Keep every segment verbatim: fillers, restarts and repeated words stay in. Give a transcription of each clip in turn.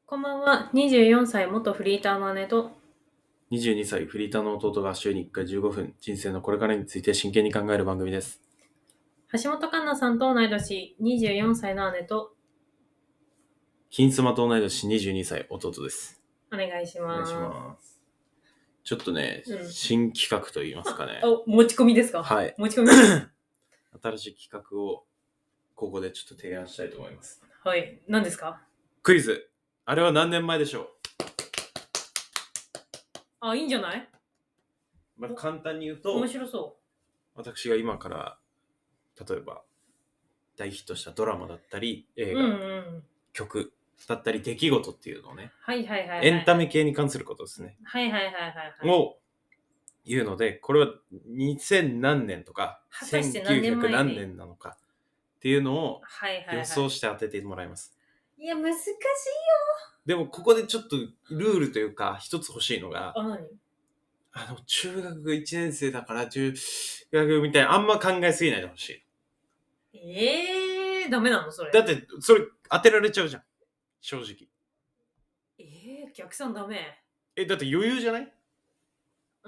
こんばんは。にじゅうよんさい元フリーターの姉と、 にじゅうにさいフリーターの弟が週にいっかいじゅうごふん、人生のこれからについて真剣に考える番組です。 橋本環奈さんと同い年、にじゅうよんさいの姉と、 金スマと同い年にじゅうにさい弟です。 お願いしお願いします。 ます。ちょっとね、 うん新企画といいますかね。 お、持ち込みですか？ はい。 持ち込み新しい企画をここでちょっと提案したいと思います。 はい。何ですか？ クイズ。あれは何年前でしょう？ あ、いいんじゃない？ まあ、簡単に言うと、 面白そ私が今から例えば大ヒットしたドラマだったりう。 映画、 うんうん。 曲だったり出来事っていうのをね、 はいはいはい、はい。 エンタメ系に関することですね。 はいはいはいはい、はい。 を言うので、これはにせん何年とか果たしてせんきゅうひゃく何年前に何年なのかっていうのをはいはいはい。 予想して当ててもらいます。 いや、難しいよ。 でもここでちょっとルールというか一つ欲しいのが、 あ、何？ あの中学いちねん生だから中学みたいなあんま考えすぎないでほしい。 えー、ダメなのそれ。 だってそれ当てられちゃうじゃん、正直。 えー、逆算ダメ。 え、だって余裕じゃない？ うん、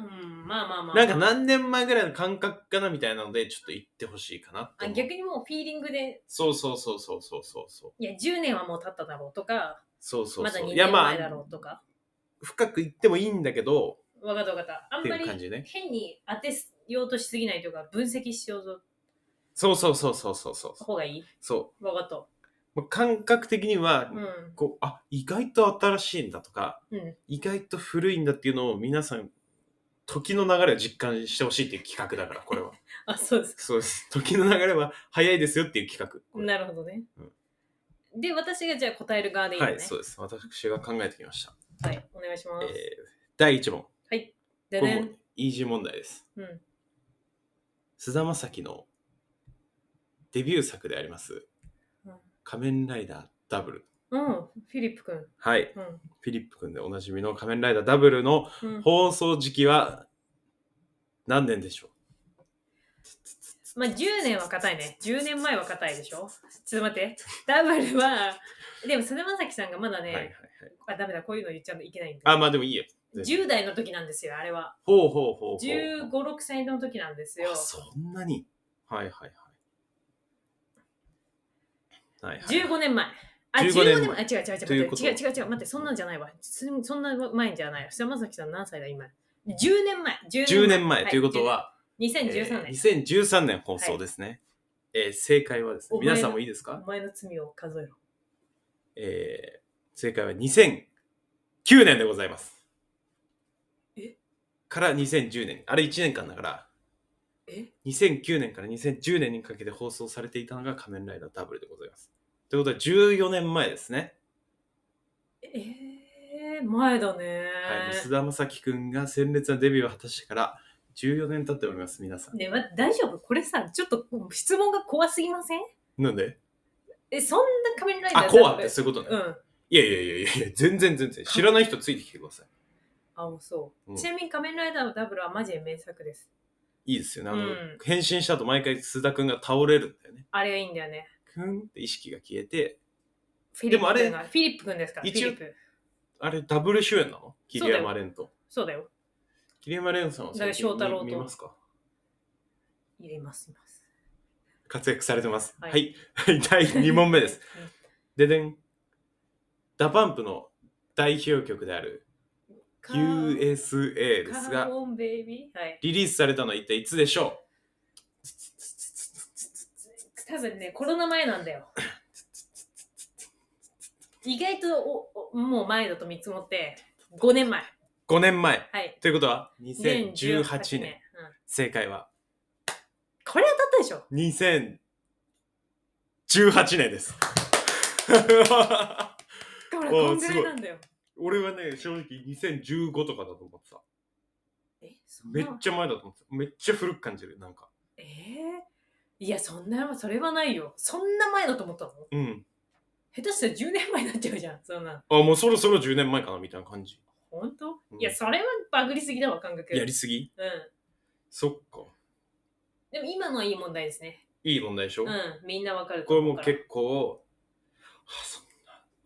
まあまあまあ、まあ。 なんか何年前ぐらいの感覚かなみたいなのでちょっと言ってほしいかなってあ、 思う。 逆にもうフィーリングで、 そうそうそうそうそうそうそう。 いや、じゅうねんはもう経っただろうとか、 そうそうそう。 まだにいやまあねんまえだろうとか。 深く言ってもいいんだけど、 わかったわかった。あんまりっていう感じね。 変に当てようとしすぎないというか、分析しようとそうそうそうそうそうそう。 方がいい。 そわかった。 う。もう感覚的には、 うん。 こう、あ、意外と新しいんだとか、 うん。 意外と古いんだっていうのを皆さん、時の流れを実感してほしいっていう企画だから、これは。 あ、そうですか。 そうです。時の流れは早いですよっていう企画。これなるほどね。 うんで、私がじゃあ答える側でいいのね。 はい、そうです。私が考えてきました。 はい、お願いします。 えー、だいいち問。 はい。でこれもね。 イージー問題です。 うん。 菅田将暉のデビュー作であります、 うん、 仮面ライダーダブル。 うん、フィリップくん。 はい、 うん、 フィリップ君でおなじみの仮面ライダーダブルのうん、 放送時期は何年でしょう？ まあ、じゅうねんは硬いね。じゅうねんまえは硬いでしょ。ちょっと待って。ダブルは、でも菅田将暉さんがまだね、 はいはいはい。 あ、ダメだ、こういうの言っちゃいけないんだ。 あ、まあでもいいよ。 じゅう代の時なんですよ、あれは。 ほうほうほうほう。 じゅうご、ろくさいの時なんですよ。 あ、そんなに。はいはいはい。はいはい、 じゅうごねんまえ。あ、 じゅうごねんまえ。 じゅうごねんまえ。あ、違う違う違う。 ということ違う違う違う。待って、そんなんじゃないわ。そそんな前じゃない。菅田将暉さん何歳だ、今。じゅうねんまえ。 じゅうねんまえ、 はい、 ということは、 にせんじゅうさんねん。 えー、にせんじゅうさんねん放送ですね。はい、えー、正解はですね、皆さんもいいですか？ お前の罪を数えろ。 えー、正解はにせんきゅうねんでございます。 えからにせんじゅうねん。あれいちねんかんだから、 えにせんきゅうねんからにせんじゅうねんにかけて放送されていたのが仮面ライダーダブルでございます。ということはじゅうよねんまえですね。 えー、前だね。 はい、菅田将暉くんが鮮烈なデビューを果たしてからじゅうよねん経っております、皆さん。 ね、ま、大丈夫？これさ、ちょっと質問が怖すぎません？ なんで？ え、そんな仮面ライダーあ、コアってそういうことね。 うん。 いやいやいやいやいや、全然全然。知らない人ついてきてください。 あ、そう、 うん。 ちなみに仮面ライダーダブルはマジで名作です。 いいですよね。あの、 うん、 変身した後毎回須田くんが倒れるんだよね。 あれがいいんだよね。 くんって意識が消えて。 フィリップ君が、フィリップ君ですから、 一応フィリップ。 あれダブル主演なの？桐山蓮と。 そうだよ。 桐山蓮さんはだから翔太郎と見ますか？ 入れます、います。 活躍されてます。 はい。 はい。だいに問目です。ででん。ダパンプの代表曲である ユーエスエー ですが、リリースされたのは一体いつでしょう？ 多分ね、コロナ前なんだよ。意外とおおもう前だと見積もってごねんまえ。 ごねんまえ。 はい。 ということはにせんじゅうはちねん。 うん、 正解はこれ当たったでしょ？ にせんじゅうはちねんです。 これこんぐらいなんだよ。 俺はね、正直にせんじゅうごとかだと思ってた。 え、そんなめっちゃ前だと思ってた。めっちゃ古く感じる、なんか。 えー、いや、そんな、それはないよ。そんな前だと思ったの？ うん。 下手したらじゅうねんまえになっちゃうじゃん、そんな。 あ、もうそろそろじゅうねんまえかな、みたいな感じ。 ほんと？ うん、 いや、それはバグりすぎだわ、感覚。 やりすぎ？ うん。 そっか。 でも今のはいい問題ですね。 いい問題でしょ？ うん、みんなわかるとこれ思うから。 も結構、はあ、そんな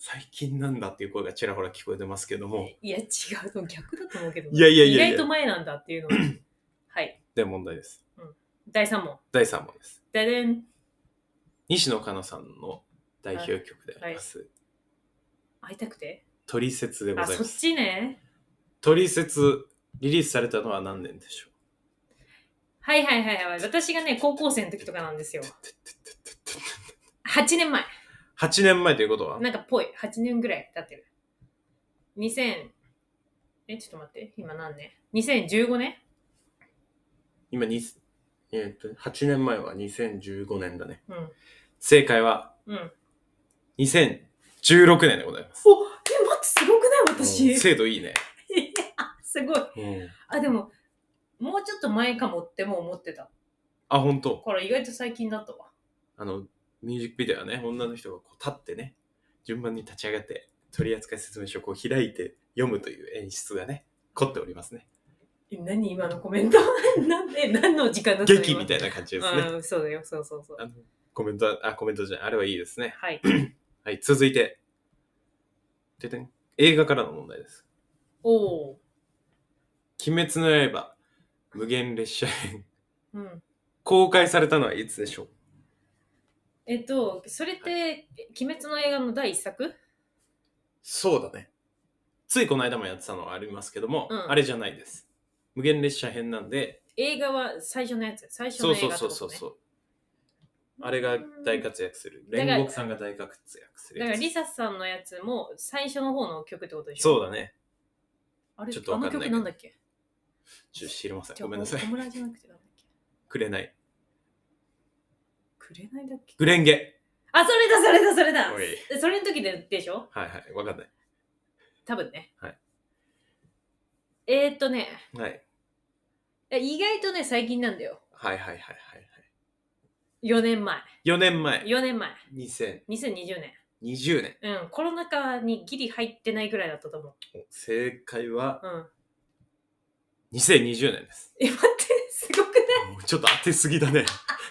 最近なんだっていう声がちらほら聞こえてますけども。 いや、違う。逆だと思うけど。 いやいやいやいや。 意外と前なんだっていうのは。はい。 で、問題です。 うん、だいさん問。 だいさん問です。 ででん。 西野カナさんの代表曲であります。 はいはい、会いたくてトリセツでございます。 あ、そっちね。 トリセツ、リリースされたのは何年でしょう？ はいはいはいはい。私がね、高校生の時とかなんですよ。はちねんまえ。 はちねんまえということはなんかぽい。はちねんぐらい経ってる。にせん、え、ちょっと待って。今何年 ?にせんじゅうご 年今に、えっと、はちねんまえはにせんじゅうごねんだね。 うん。 正解は、 うん。 にせんじゅうろくねんでございます。 お、え、待って、すごくない私。 精度いいね。 すごい。あ、でも、もうちょっと前かもっても思ってた。 あ、ほんと。 これ意外と最近だったわ。 あの、ミュージックビデオはね、女の人がこう立ってね、順番に立ち上がって、取扱説明書をこう開いて読むという演出がね、凝っておりますね。 え、何今のコメントなんで、何の時間だったの？ 劇みたいな感じですね。 うん、そうだよ、そうそうそう。 あのコメントは、あ、コメントじゃない、あれはいいですね。 はい。 はい、続いて、ててん映画からの問題です。 おー。 鬼滅の刃、無限列車編。うん。公開されたのはいつでしょう？ えっと、それって、はい、鬼滅の映画の第一作？ そうだね。ついこの間もやってたのはありますけども、うん、あれじゃないです。無限列車編なんで。 映画は最初のやつ。最初の映画ってことね。そうそうそうそう。 あれが大活躍する。煉獄さんが大活躍するやつ。 だからリサさんのやつも最初の方の曲ってことでしょ？そうだね。 あれ、ちょっとわかんない。あの曲なんだっけ？ ちょっと知りません。ごめんなさい。 小村じゃなくてなんだっけ？ くれない。 くれないだっけ？ グレンゲ。 あ、それだそれだそれだ。それの時ででしょ？ はいはい。わかんない。 多分ね。 はい。 えー、っとね。 はい。 意外とね、最近なんだよ。 はいはいはいはい。 よねんまえ。 よねんまえ。 よねんまえ。 にせん。 にせんにじゅうねん。 にじゅうねん。うん。コロナ禍にギリ入ってないぐらいだったと思う。 正解は、うん。にせんにじゅうねんです。 え、待って、すごくない？ ちょっと当てすぎだね。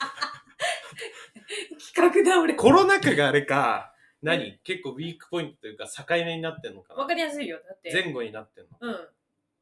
企画だ、俺。 コロナ禍があれか、何結構ウィークポイントというか境目になってんのかな？ わかりやすいよ。だって。 前後になってんの。 うん。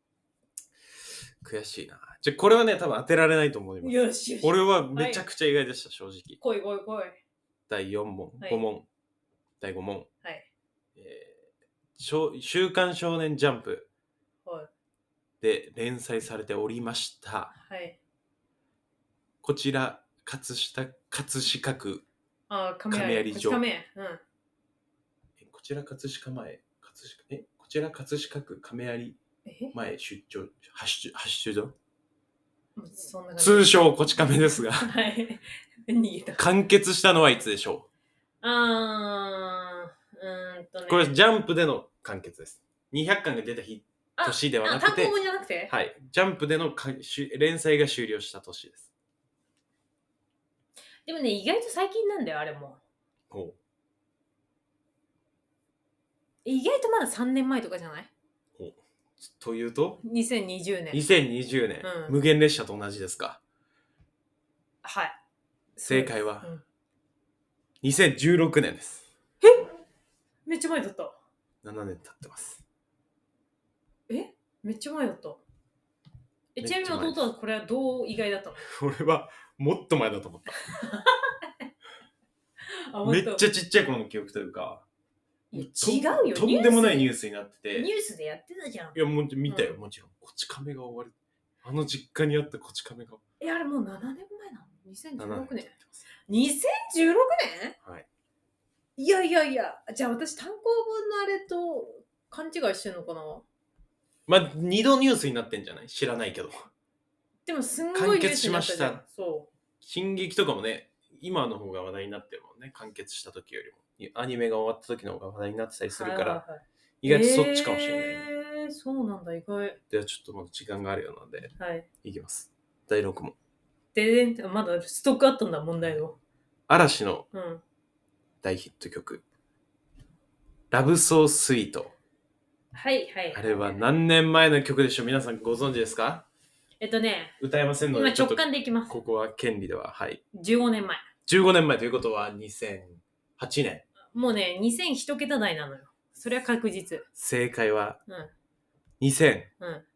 悔しいな。じゃこれはね、多分当てられないと思います。 よしよし。 俺はめちゃくちゃ意外でした、はい、正直。 来い来い来い。 だいよん問、ご問、だいご問。 はい。 えー、週刊少年ジャンプで連載されておりました。 はい。 こちら、葛飾、葛飾区亀有城。亀うん。 こちら葛飾前、葛飾、え、こちら葛飾区亀有前出張、発出、発出所通称こち亀ですが、 はい。逃げた。 完結したのはいつでしょうあー、うーんとね。 これジャンプでの完結です。にひゃっかんが出た日年ではなくて、 単行本じゃなくて、 はい、ジャンプでのか連載が終了した年です。 でもね、意外と最近なんだよ、あれも。ほう。意外とまださんねんまえとかじゃない？ ほう。というとにせんにじゅうねん。 にせんにじゅうねん、うん、無限列車と同じですか？ はい。 正解は、うん、にせんじゅうろくねんです。 え？めっちゃ前だった。 ななねん経ってます。 え？めっちゃ前だった。え、ちなみに弟はこれはどう意外だったの？ 俺はもっと前だと思った。めっちゃちっちゃい頃の記憶というか。 違うよ。 とんでもないニュースになってて。 ニュースでやってたじゃん。 いや、もう見たよ、うん、もちろん。こち亀が終わる。あの実家にあったこち亀が。 え、あれもうななねんまえなの？ にせんじゅうろくねん。にせんじゅうろくねん？はい。いやいやいや、じゃあ私単行本のあれと勘違いしてんのかな？ まあ、二度ニュースになってんじゃない？知らないけど。 でもすんごいニュースになったじゃん。 完結しました。そう。進撃とかもね、今の方が話題になってるもんね。完結した時よりも。アニメが終わった時の方が話題になってたりするから、はいはいはい、意外とそっちかもしれない、ね。 えー、そうなんだ、意外。 ではちょっとまだ時間があるようなので、 はい。 いきます。だいろく問。 ででまだストックあったんだ、問題の。 嵐の大ヒット曲、うん、ラブソースイート。 はいはい、はい。 あれは何年前の曲でしょう？皆さんご存知ですか？ えっとね、 歌えませんので、 今直感でいきます。 ここは権利では、はい。 じゅうごねんまえ。 じゅうごねんまえということはにせんはちねん。 もうね、にせんいちけた台なのよ。 それは確実。 正解は、 うん、 にせん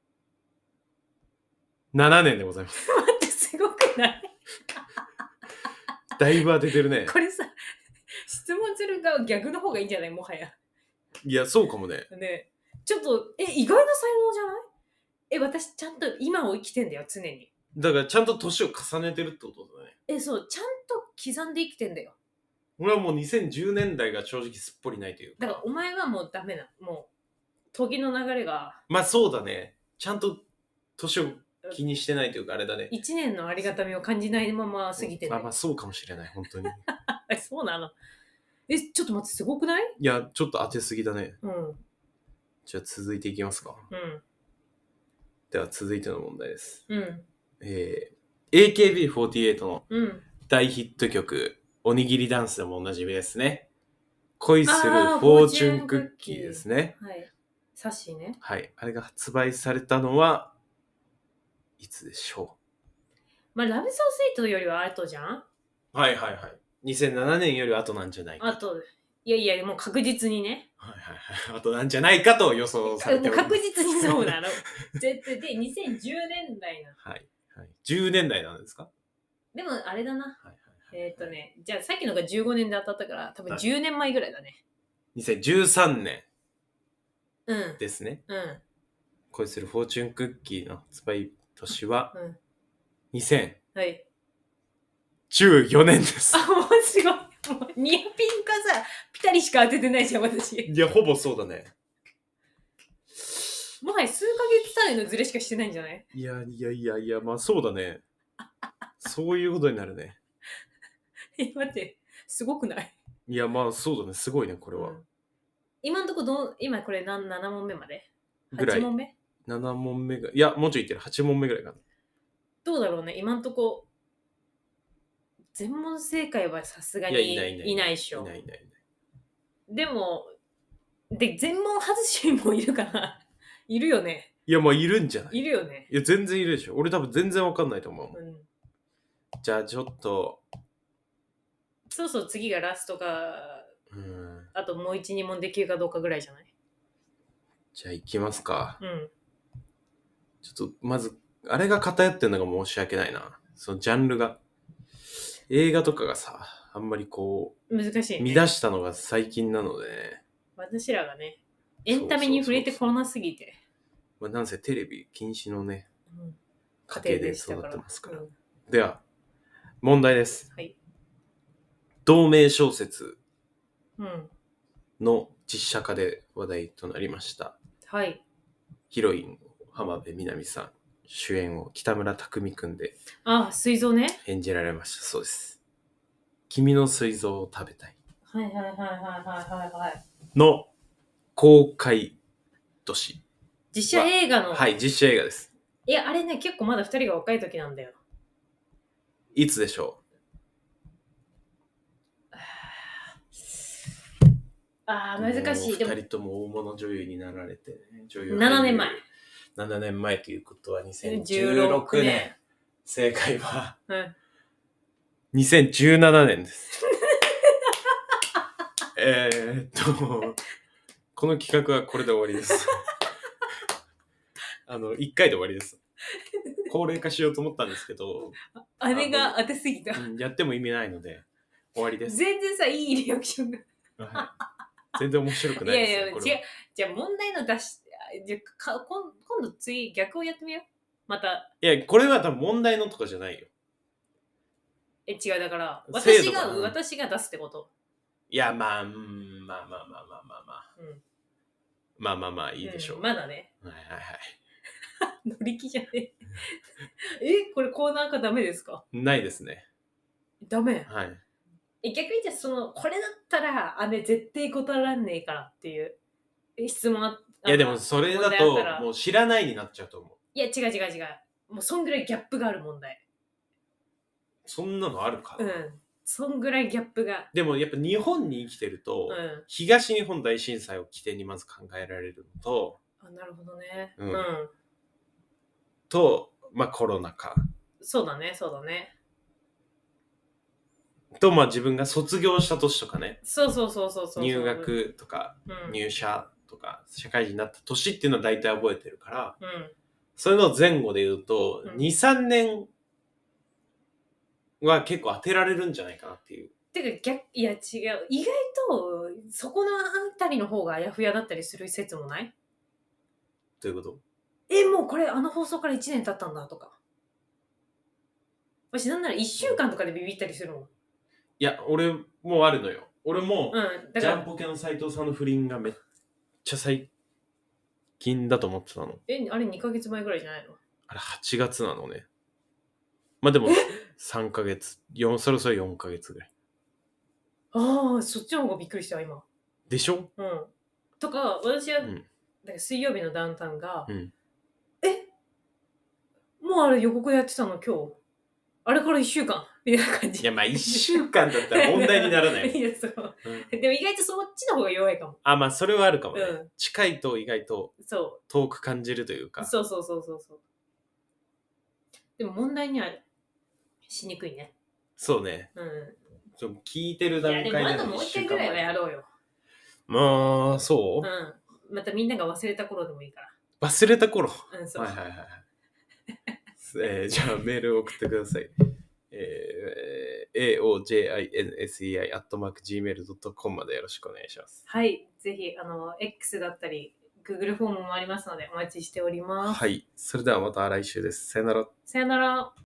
ななねんでございます。 待って、すごくない？ だいぶ当ててるね。 これさ、質問する側逆の方がいいんじゃない？もはや。 いや、そうかもね。 ね、ちょっと、え、意外な才能じゃない？え、私ちゃんと今を生きてんだよ、常に。 だからちゃんと年を重ねてるってことだね。 え、そう、ちゃんと刻んで生きてんだよ。 俺はもうにせんじゅうねんだいが正直すっぽりないというか。 だからお前はもうダメな。もう、時の流れが。 まあそうだね。ちゃんと年を気にしてないというかあれだね。 いちねんのありがたみを感じないまま過ぎてる、ね。 まあまあそうかもしれない、本当に。 え、そうなの？え、ちょっと待って、すごくない？ いや、ちょっと当てすぎだね。 うん。 じゃあ続いていきますか。 うん。 では続いての問題です。 うん。 えー、エーケービーフォーティーエイト の大ヒット曲、うん、おにぎりダンスでもおなじみですね。恋するフォーチュンクッキーですね。 はい。サッシーね。 はい。あれが発売されたのはいつでしょう？まあ、ラブソースイートよりは後じゃん？ はいはいはい。にせんななねんよりは後なんじゃないか。 後。いやいや、もう確実にね。 はいはいはい。後なんじゃないかと予想されております。 もう確実にそうなの。絶対で、にせんじゅうねんだいなの。 はい、はい。じゅうねんだいなんですか？ でもあれだな。はいはいはい、えっ、ー、とね、じゃあさっきのがじゅうごねんで当たったから、多分じゅうねんまえぐらいだね。 にせんじゅうさんねん。 うん。 ですね。 うん。 恋するフォーチュンクッキーの発売年は、うん、にせんじゅうよねんです。 あ、もうすごい。もうニアピンかさ、ピタリしか当ててないじゃん、私。 いや、ほぼそうだね。 もはや数ヶ月単位のズレしかしてないんじゃない？ いやいやいやいや、まあそうだね。そういうことになるね。 え、待って、すごくない？ いや、まあそうだね。すごいね、これは。うん、 今んとこど、今これ何、なな問目までぐらい。 はち問目 ? なな 問目が、いや、もうちょいいってる。はち問目ぐらいかな。 どうだろうね、今んとこ。全問正解はさすがにいないでしょ。いないいないいない。でも、で、全問外しもいるかな？いるよね。 いや、まあいるんじゃない？ いるよね。 いや、全然いるでしょ。俺多分全然わかんないと思う。うん、じゃあちょっと。 そうそう、次がラストか、うん、あともういち、に問できるかどうかぐらいじゃない？ じゃあ行きますか。 うん。 ちょっと、まず、あれが偏ってるのが申し訳ないな。そのジャンルが。映画とかがさ、あんまりこう、難しい、ね。 見出したのが最近なのでね。 私らがね、エンタメに触れてこなすぎて。 まあ、なんせテレビ禁止のね、うん、家庭で育ってますから。うん、では、問題です。 はい。 同名小説の実写化で話題となりました。 はい。 ヒロイン、浜辺美波さん。主演を北村匠海くんでああ、水蔵ね演じられました。そうです。君の水蔵を食べたい。 はいはいはいはいはいはいの公開年。 実写映画の。 はい、実写映画です。 いや、あれね、結構まだふたりが若い時なんだよ。 いつでしょう？ああ、難しい。 ふたりとも大物女優になられて、ね、女優ななねんまえ。 ななねんまえということはにせんじゅうろくねん。正解は、うん、にせんじゅうななねんです。えーっと、この企画はこれで終わりです。あの、いっかいで終わりです。高齢化しようと思ったんですけど、 あれが当てすぎた、 うん。やっても意味ないので、終わりです。 全然さ、いいリアクションが。 はい、全然面白くないです。 いやいや、違う。じゃあ問題の出し、じゃか今今度次逆をやってみよう。また。 いや、これは多分問題のとかじゃないよ。 え、違う、だから、私が、私が出すってこと。 いや、まあ、まあまあまあまあまあまあ。うん、まあまあまあ、いいでしょう。うん、 まだね。 はいはいはい。 乗り気じゃねえ。え、これコーナーかダメですか？ ないですね。 ダメ？ はい。 え、逆にじゃあ、その、これだったら、あれ絶対答えらんねえからっていう質問あいやでもそれだともう知らないになっちゃうと思う。 いや違う違う違う。もうそんぐらいギャップがある問題。 そんなのあるか。 うん。そんぐらいギャップが。 でもやっぱ日本に生きてると、うん、東日本大震災を起点にまず考えられるのと、 あ、なるほどね。 うん。うん、と、まあコロナ禍。 そうだね、そうだね。 と、まあ自分が卒業した年とかね。 そうそうそうそうそう。 入学とか、うん、入社とか、社会人になった年っていうのは大体覚えてるから、うん、それの前後で言うと、うん、に、さんねんは結構当てられるんじゃないかなっていう。 てか逆、いや違う。意外と、そこのあたりの方があやふやだったりする説もない？ どういうこと？ え、もうこれあの放送からいちねん経ったんだとか。私なんならいっしゅうかんとかでビビったりするもん。いや、俺もあるのよ。俺も、うん、ジャンポケの斉藤さんの不倫がめっちゃ最近だと思ってたの。 え、あれにかげつまえぐらいじゃないの？ あれはちがつなのね。まあでもさんかげつ、よんそろそろよんかげつぐらい。 ああ、そっちの方がびっくりしたわ今。 でしょ？ うん。とか、私は、うん、だから水曜日のダウンタウンが、うん、えもうあれ予告でやってたの今日。あれからいっしゅうかんみたいな感じ。 いや、まあいっしゅうかんだったら問題にならない。 いや、そう、うん。でも意外とそっちの方が弱いかも。 あ、まあそれはあるかもね。うん、近いと意外と遠く感じるというか。 そうそうそうそうそう。でも問題にはしにくいね。 そうね。うん。ちょ聞いてる段階で。いや、 でもまだもう一回ぐらいはやろうよ。 まあ、そう？ うん。またみんなが忘れた頃でもいいから。 忘れた頃？ うん、そう。 はいはいはい。えー、じゃあメールを送ってください。えー、エーオージェーアイエヌエスイーアイ アットマーク ジーメール ドットコム までよろしくお願いします。 はい。ぜひ、あの、X だったり、Google フォームもありますのでお待ちしております。 はい。それではまた来週です。さよなら。 さよなら。